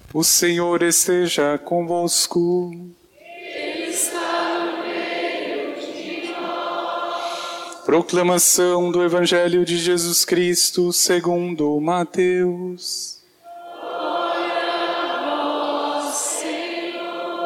O Senhor esteja convosco. Ele está no meio de nós. Proclamação do Evangelho de Jesus Cristo segundo Mateus. Glória a vós, Senhor.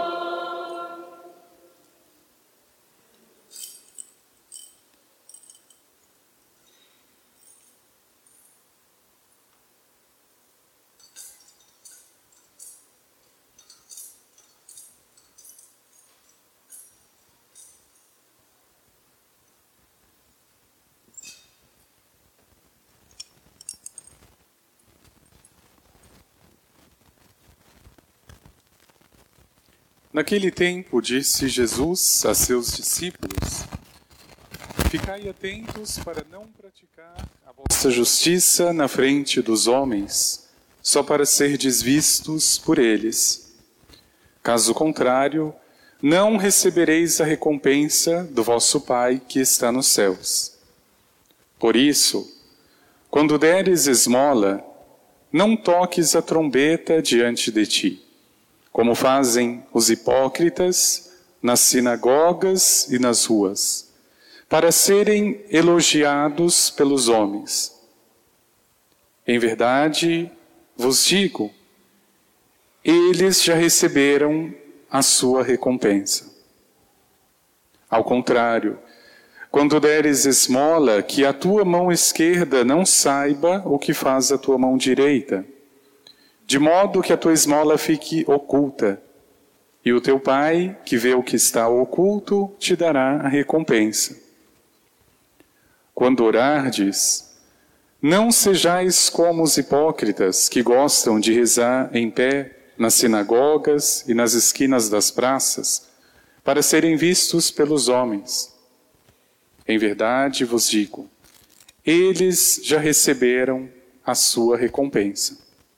Naquele tempo, disse Jesus a seus discípulos: Ficai atentos para não praticar a vossa justiça na frente dos homens, só para serdes vistos por eles. Caso contrário, não recebereis a recompensa do vosso Pai que está nos céus. Por isso, quando deres esmola, não toques a trombeta diante de ti, como fazem os hipócritas nas sinagogas e nas ruas, para serem elogiados pelos homens. Em verdade, vos digo, eles já receberam a sua recompensa. Ao contrário, quando deres esmola, que a tua mão esquerda não saiba o que faz a tua mão direita, de modo que a tua esmola fique oculta, e o teu Pai, que vê o que está oculto, te dará a recompensa. Quando orardes, não sejais como os hipócritas que gostam de rezar em pé nas sinagogas e nas esquinas das praças, para serem vistos pelos homens. Em verdade vos digo, eles já receberam a sua recompensa.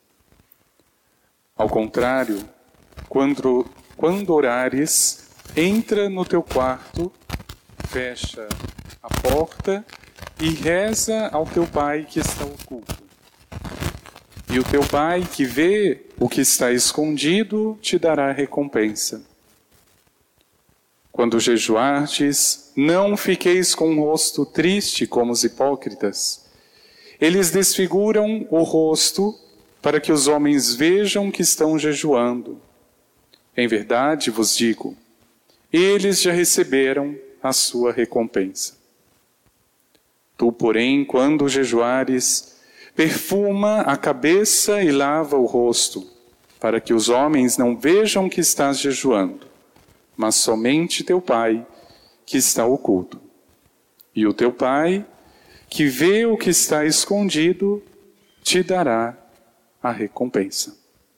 Ao contrário, quando orares, entra no teu quarto, fecha a porta e reza ao teu Pai que está oculto. E o teu Pai que vê o que está escondido te dará recompensa. Quando jejuardes, não fiqueis com o rosto triste como os hipócritas. Eles desfiguram o rosto para que os homens vejam que estão jejuando. Em verdade vos digo, eles já receberam a sua recompensa. Tu, porém, quando jejuares, perfuma a cabeça e lava o rosto, para que os homens não vejam que estás jejuando, mas somente teu Pai, que está oculto. E o teu Pai, que vê o que está escondido, te dará a recompensa.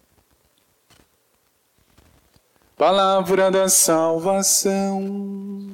Palavra da salvação.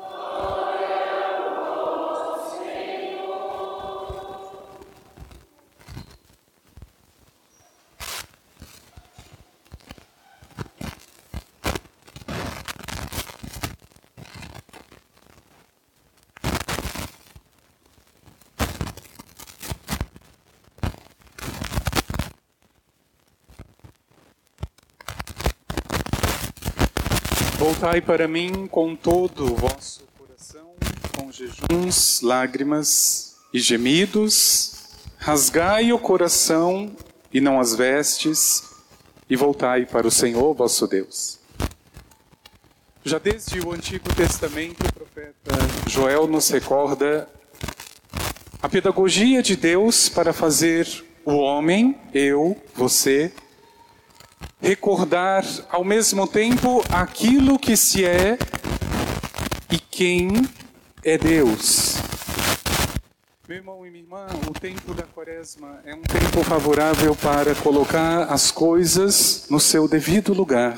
Voltai para mim com todo o vosso coração, com jejuns, lágrimas e gemidos, rasgai o coração e não as vestes, e voltai para o Senhor vosso Deus. Já desde o Antigo Testamento, o profeta Joel nos recorda a pedagogia de Deus para fazer o homem, eu, você, recordar ao mesmo tempo aquilo que se é e quem é Deus. Meu irmão e minha irmã, o tempo da Quaresma é um tempo favorável para colocar as coisas no seu devido lugar.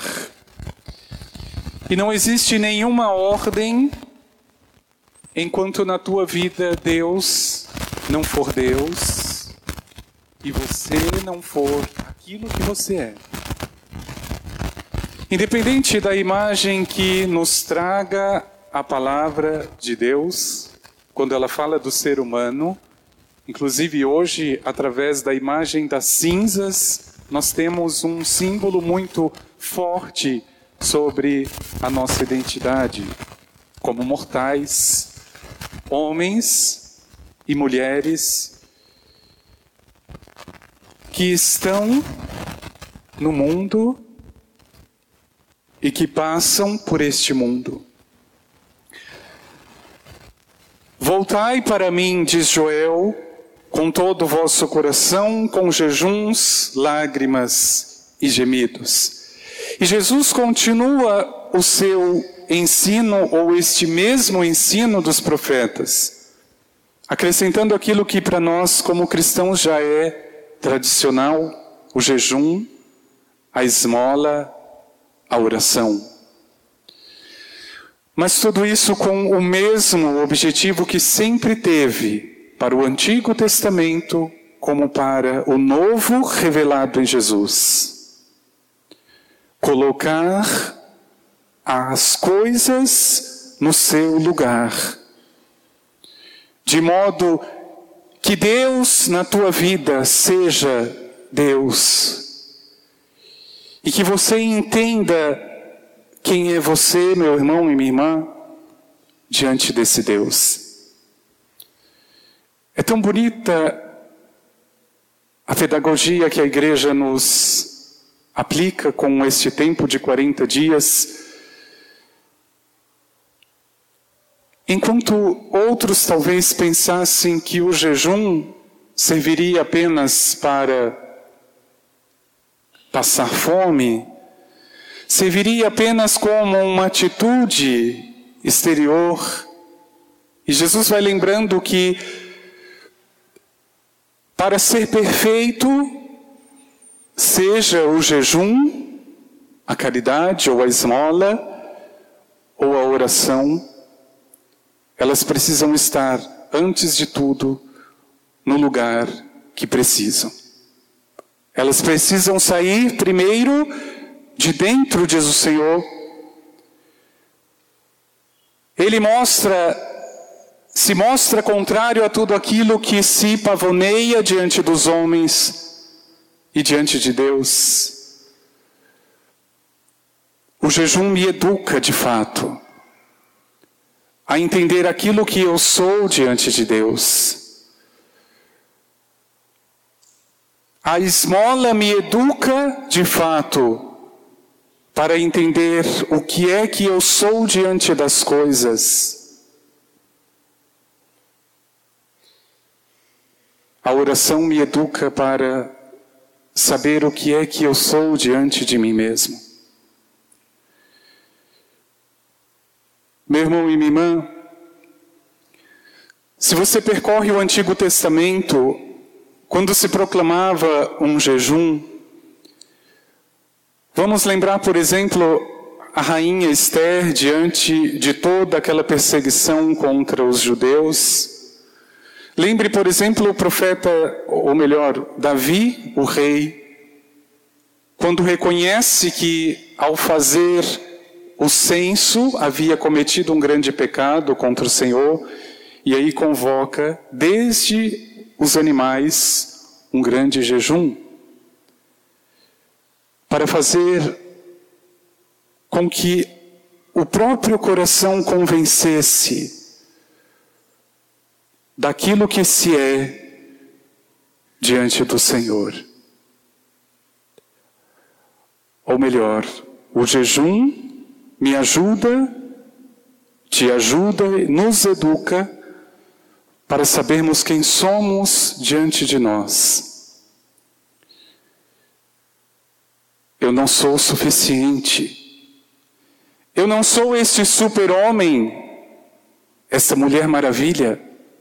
E não existe nenhuma ordem enquanto na tua vida Deus não for Deus e você não for aquilo que você é. Independente da imagem que nos traga a palavra de Deus, quando ela fala do ser humano, inclusive hoje, através da imagem das cinzas nós temos um símbolo muito forte sobre a nossa identidade, como mortais, homens e mulheres que estão no mundo e que passam por este mundo. Voltai para mim, diz Joel, com todo o vosso coração, com jejuns, lágrimas e gemidos. E Jesus continua o seu ensino, ou este mesmo ensino dos profetas, acrescentando aquilo que para nós, como cristãos, já é tradicional: o jejum, a esmola, a oração. Mas tudo isso com o mesmo objetivo que sempre teve para o Antigo Testamento como para o Novo revelado em Jesus: colocar as coisas no seu lugar, de modo que Deus na tua vida seja Deus, e que você entenda quem é você, meu irmão e minha irmã, diante desse Deus. É tão bonita a pedagogia que a igreja nos aplica com este tempo de 40 dias, enquanto outros talvez pensassem que o jejum serviria apenas para passar fome, serviria apenas como uma atitude exterior. E Jesus vai lembrando que para ser perfeito, seja o jejum, a caridade ou a esmola ou a oração, elas precisam estar, antes de tudo, no lugar que precisam. Elas precisam sair primeiro de dentro, diz o Senhor. Ele se mostra contrário a tudo aquilo que se pavoneia diante dos homens e diante de Deus. O jejum me educa, de fato, a entender aquilo que eu sou diante de Deus. A esmola me educa, de fato, para entender o que é que eu sou diante das coisas. A oração me educa para saber o que é que eu sou diante de mim mesmo. Meu irmão e minha irmã, se você percorre o Antigo Testamento, quando se proclamava um jejum, vamos lembrar, por exemplo, a rainha Esther diante de toda aquela perseguição contra os judeus. Lembre, por exemplo, o profeta, ou melhor, Davi, o rei, quando reconhece que ao fazer o censo havia cometido um grande pecado contra o Senhor, e aí convoca desde os animais um grande jejum, para fazer com que o próprio coração convencesse daquilo que se é diante do Senhor. Ou melhor, o jejum me ajuda, te ajuda, nos educa para sabermos quem somos diante de nós. Eu não sou suficiente. Eu não sou esse super-homem, essa mulher maravilha.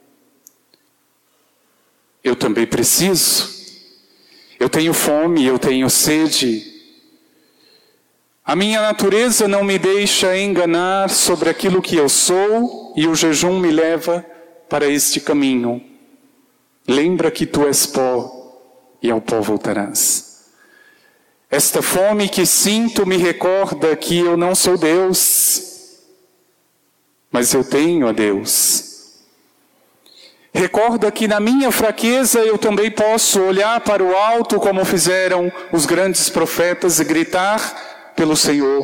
Eu também preciso. Eu tenho fome, eu tenho sede. A minha natureza não me deixa enganar sobre aquilo que eu sou, e o jejum me leva para este caminho. Lembra que tu és pó, e ao pó voltarás. Esta fome que sinto me recorda que eu não sou Deus, mas eu tenho a Deus. Recorda que na minha fraqueza eu também posso olhar para o alto como fizeram os grandes profetas e gritar pelo Senhor.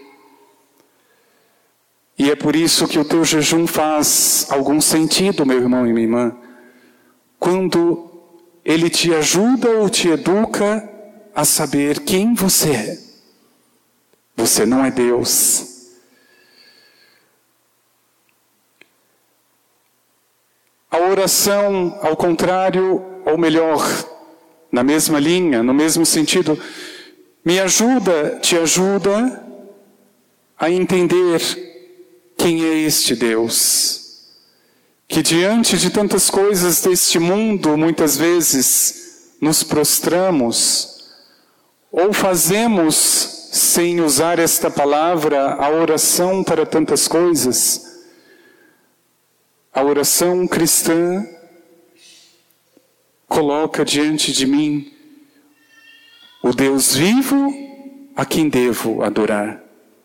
E é por isso que o teu jejum faz algum sentido, meu irmão e minha irmã, quando ele te ajuda ou te educa a saber quem você é. Você não é Deus. A oração, ao contrário, ou melhor, na mesma linha, no mesmo sentido, te ajuda a entender quem é este Deus, que diante de tantas coisas deste mundo, muitas vezes nos prostramos, ou fazemos, sem usar esta palavra, a oração para tantas coisas. A oração cristã coloca diante de mim o Deus vivo a quem devo adorar.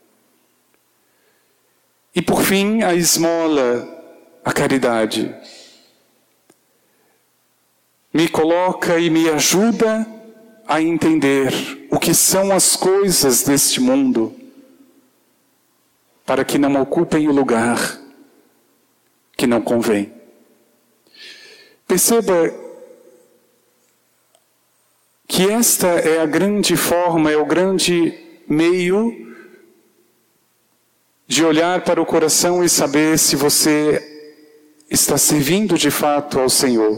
E por fim, a esmola, a caridade, me coloca e me ajuda a entender o que são as coisas deste mundo, para que não ocupem o lugar que não convém. Perceba que esta é a grande forma, é o grande meio de olhar para o coração e saber se você está servindo de fato ao Senhor.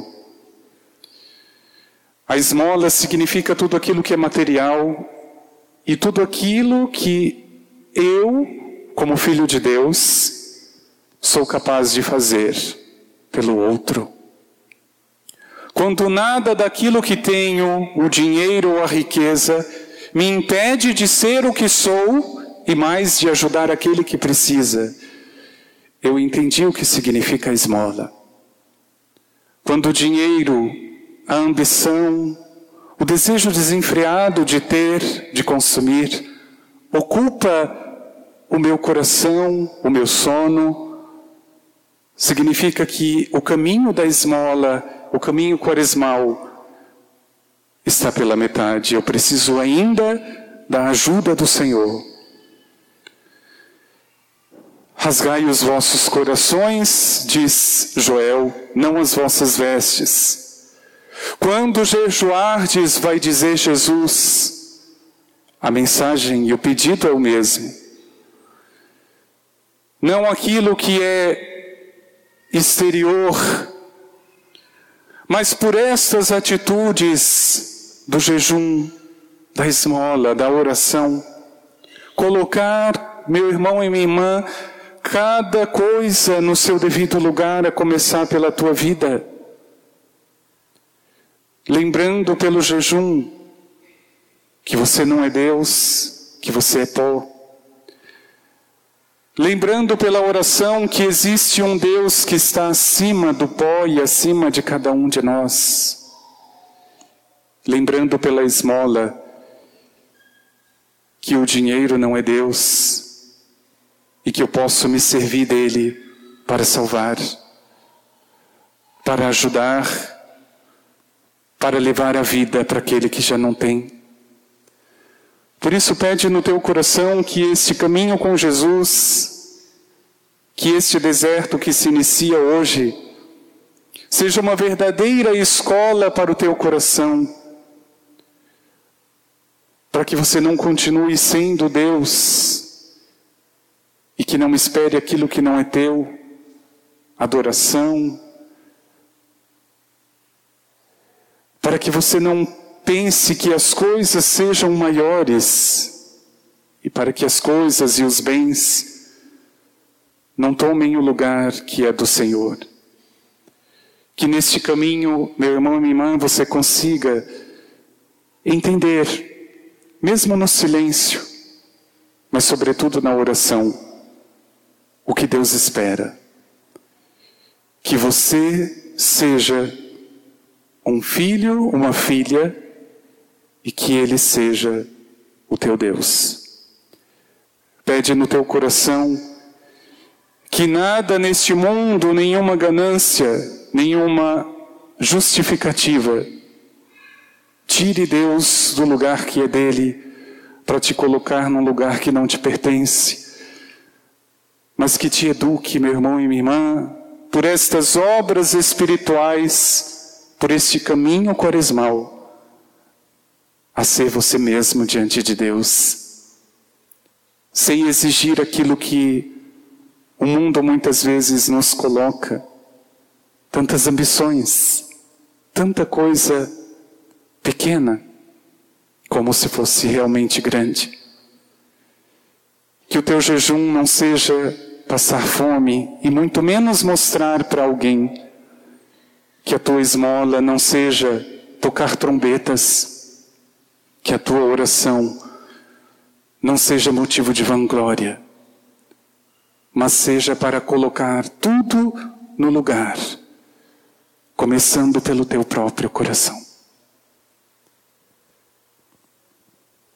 A esmola significa tudo aquilo que é material e tudo aquilo que eu, como filho de Deus, sou capaz de fazer pelo outro. Quando nada daquilo que tenho, o dinheiro ou a riqueza, me impede de ser o que sou e mais de ajudar aquele que precisa, eu entendi o que significa a esmola. Quando o dinheiro, a ambição, o desejo desenfreado de ter, de consumir, ocupa o meu coração, o meu sono, significa que o caminho da esmola, o caminho quaresmal, está pela metade. Eu preciso ainda da ajuda do Senhor. Rasgai os vossos corações, diz Joel, não as vossas vestes. Quando jejuardes, vai dizer Jesus, a mensagem e o pedido é o mesmo. Não aquilo que é exterior, mas por estas atitudes do jejum, da esmola, da oração, colocar, meu irmão e minha irmã, cada coisa no seu devido lugar, a começar pela tua vida. Lembrando pelo jejum que você não é Deus, que você é pó. Lembrando pela oração que existe um Deus que está acima do pó e acima de cada um de nós. Lembrando pela esmola que o dinheiro não é Deus e que eu posso me servir dele para salvar, para ajudar, para levar a vida para aquele que já não tem. Por isso pede no teu coração que este caminho com Jesus, que este deserto que se inicia hoje, seja uma verdadeira escola para o teu coração, para que você não continue sendo Deus e que não espere aquilo que não é teu, adoração, para que você não pense que as coisas sejam maiores e para que as coisas e os bens não tomem o lugar que é do Senhor. Que neste caminho, meu irmão e minha irmã, você consiga entender, mesmo no silêncio, mas sobretudo na oração, o que Deus espera. Que você seja um filho, uma filha, e que Ele seja o teu Deus. Pede no teu coração que nada neste mundo, nenhuma ganância, nenhuma justificativa. Tire Deus do lugar que é dele para te colocar num lugar que não te pertence. Mas que te eduque, meu irmão e minha irmã, por estas obras espirituais, por este caminho quaresmal, a ser você mesmo diante de Deus, sem exigir aquilo que o mundo muitas vezes nos coloca, tantas ambições, tanta coisa pequena, como se fosse realmente grande. Que o teu jejum não seja passar fome e muito menos mostrar para alguém. Que a tua esmola não seja tocar trombetas. Que a tua oração não seja motivo de vanglória, mas seja para colocar tudo no lugar, começando pelo teu próprio coração.